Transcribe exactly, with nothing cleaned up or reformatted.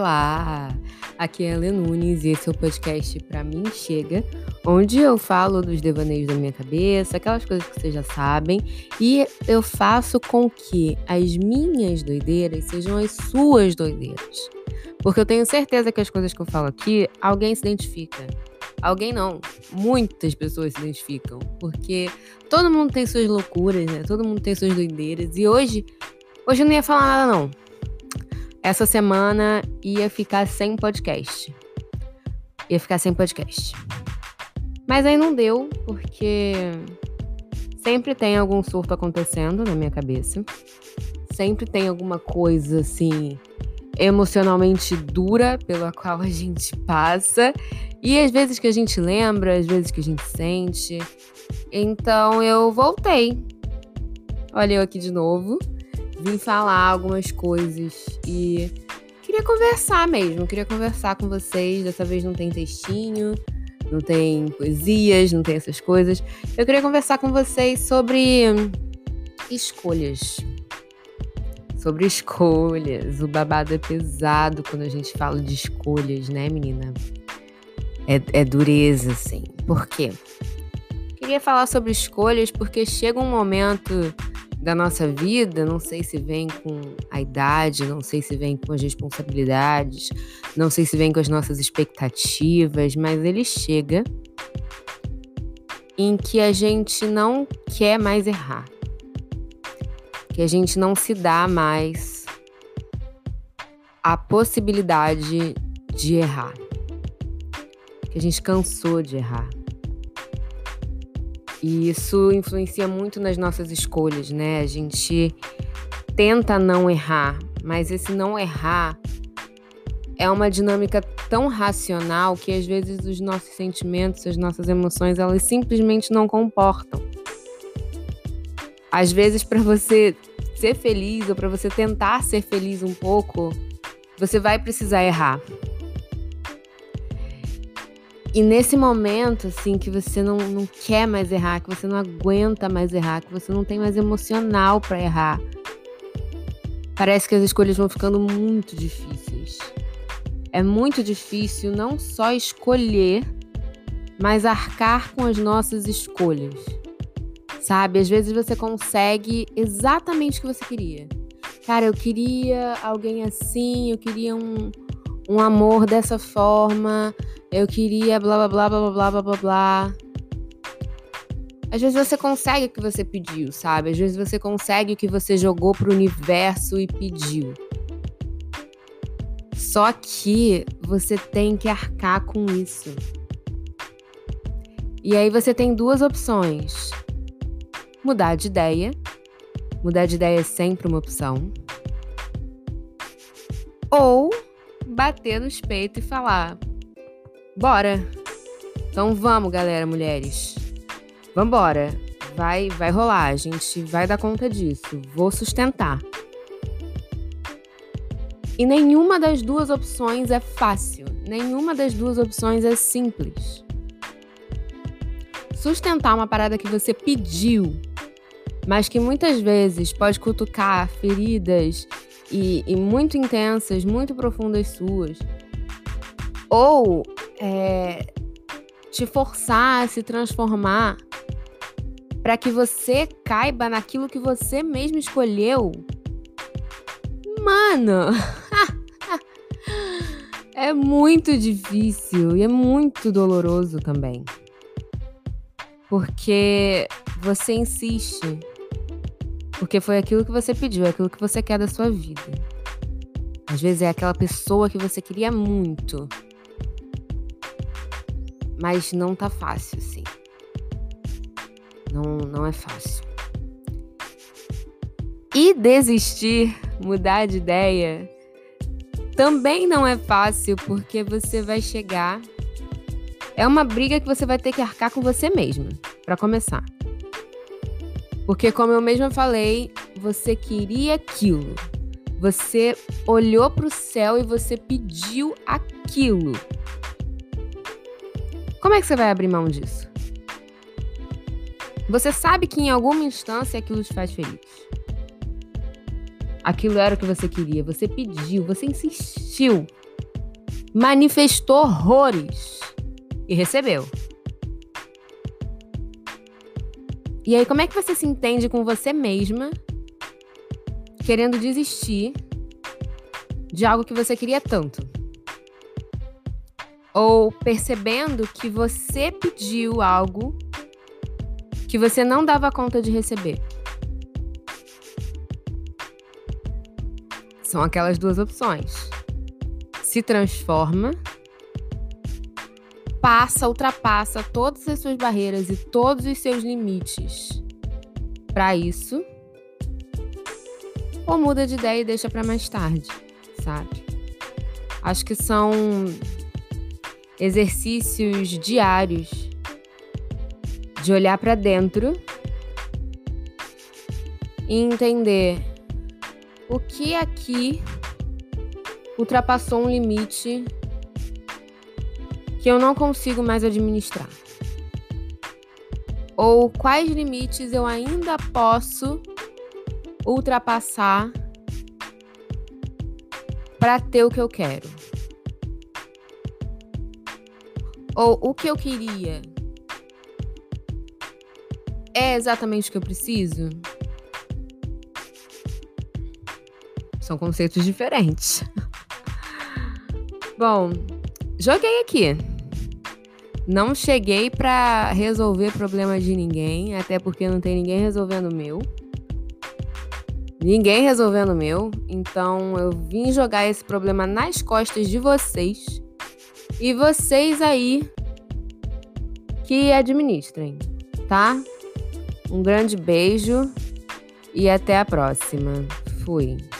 Olá, aqui é a Lê Nunes e esse é o podcast Pra Mim Chega, onde eu falo dos devaneios da minha cabeça, aquelas coisas que vocês já sabem, e eu faço com que as minhas doideiras sejam as suas doideiras. Porque eu tenho certeza que as coisas que eu falo aqui, alguém se identifica. Alguém não, muitas pessoas se identificam, porque todo mundo tem suas loucuras, né? Todo mundo tem suas doideiras, e hoje, hoje eu não ia falar nada não. Essa semana ia ficar sem podcast. Ia ficar sem podcast. Mas aí não deu, porque sempre tem algum surto acontecendo na minha cabeça. Sempre tem alguma coisa, assim, emocionalmente dura pela qual a gente passa. E às vezes que a gente lembra, às vezes que a gente sente. Então eu voltei. Olha eu aqui de novo. Vim falar algumas coisas e queria conversar mesmo, queria conversar com vocês. Dessa vez não tem textinho, não tem poesias, não tem essas coisas. Eu queria conversar com vocês sobre escolhas. Sobre escolhas. O babado é pesado quando a gente fala de escolhas, né, menina? É, é dureza, assim. Por quê? Queria falar sobre escolhas porque chega um momento da nossa vida, não sei se vem com a idade, não sei se vem com as responsabilidades, não sei se vem com as nossas expectativas, mas ele chega em que a gente não quer mais errar, que a gente não se dá mais a possibilidade de errar, que a gente cansou de errar. E isso influencia muito nas nossas escolhas, né? A gente tenta não errar, mas esse não errar é uma dinâmica tão racional que às vezes os nossos sentimentos, as nossas emoções, elas simplesmente não comportam. Às vezes, para você ser feliz ou para você tentar ser feliz um pouco, você vai precisar errar. E nesse momento, assim, que você não, não quer mais errar, que você não aguenta mais errar, que você não tem mais emocional pra errar, parece que as escolhas vão ficando muito difíceis. É muito difícil não só escolher, mas arcar com as nossas escolhas. Sabe? Às vezes você consegue exatamente o que você queria. Cara, eu queria alguém assim, eu queria um, um amor dessa forma... Eu queria blá, blá, blá, blá, blá, blá, blá, blá. Às vezes você consegue o que você pediu, sabe? Às vezes você consegue o que você jogou pro universo e pediu. Só que você tem que arcar com isso. E aí você tem duas opções. Mudar de ideia. Mudar de ideia é sempre uma opção. Ou bater nos peitos e falar... Bora! Então vamos, galera, mulheres. Vambora. Vai, vai rolar, a gente vai dar conta disso. Vou sustentar. E nenhuma das duas opções é fácil. Nenhuma das duas opções é simples. Sustentar uma parada que você pediu, mas que muitas vezes pode cutucar feridas e, e muito intensas, muito profundas suas. Ou é, te forçar a se transformar para que você caiba naquilo que você mesmo escolheu. Mano, é muito difícil e é muito doloroso também. Porque você insiste. Porque foi aquilo que você pediu, é aquilo que você quer da sua vida. Às vezes é aquela pessoa que você queria muito. Mas não tá fácil, assim. Não, não é fácil. E desistir, mudar de ideia, também não é fácil, porque você vai chegar... É uma briga que você vai ter que arcar com você mesma, pra começar. Porque, como eu mesma falei, você queria aquilo. Você olhou pro céu e você pediu aquilo. Como é que você vai abrir mão disso? Você sabe que em alguma instância aquilo te faz feliz. Aquilo era o que você queria, você pediu, você insistiu. manifestou horrores e recebeu. E aí, como é que você se entende com você mesma, querendo desistir de algo que você queria tanto? Ou percebendo que você pediu algo que você não dava conta de receber? São aquelas duas opções. Se transforma, passa, ultrapassa todas as suas barreiras e todos os seus limites para isso, ou muda de ideia e deixa para mais tarde, sabe? Acho que são exercícios diários de olhar para dentro e entender o que aqui ultrapassou um limite que eu não consigo mais administrar. Ou quais limites eu ainda posso ultrapassar para ter o que eu quero. Ou o que eu queria é exatamente o que eu preciso? São conceitos diferentes. Bom, joguei aqui. Não cheguei pra resolver problema de ninguém, até porque não tem ninguém resolvendo o meu. Ninguém resolvendo o meu. Então eu vim jogar esse problema nas costas de vocês. E vocês aí que administrem, tá? Um grande beijo e até a próxima. Fui.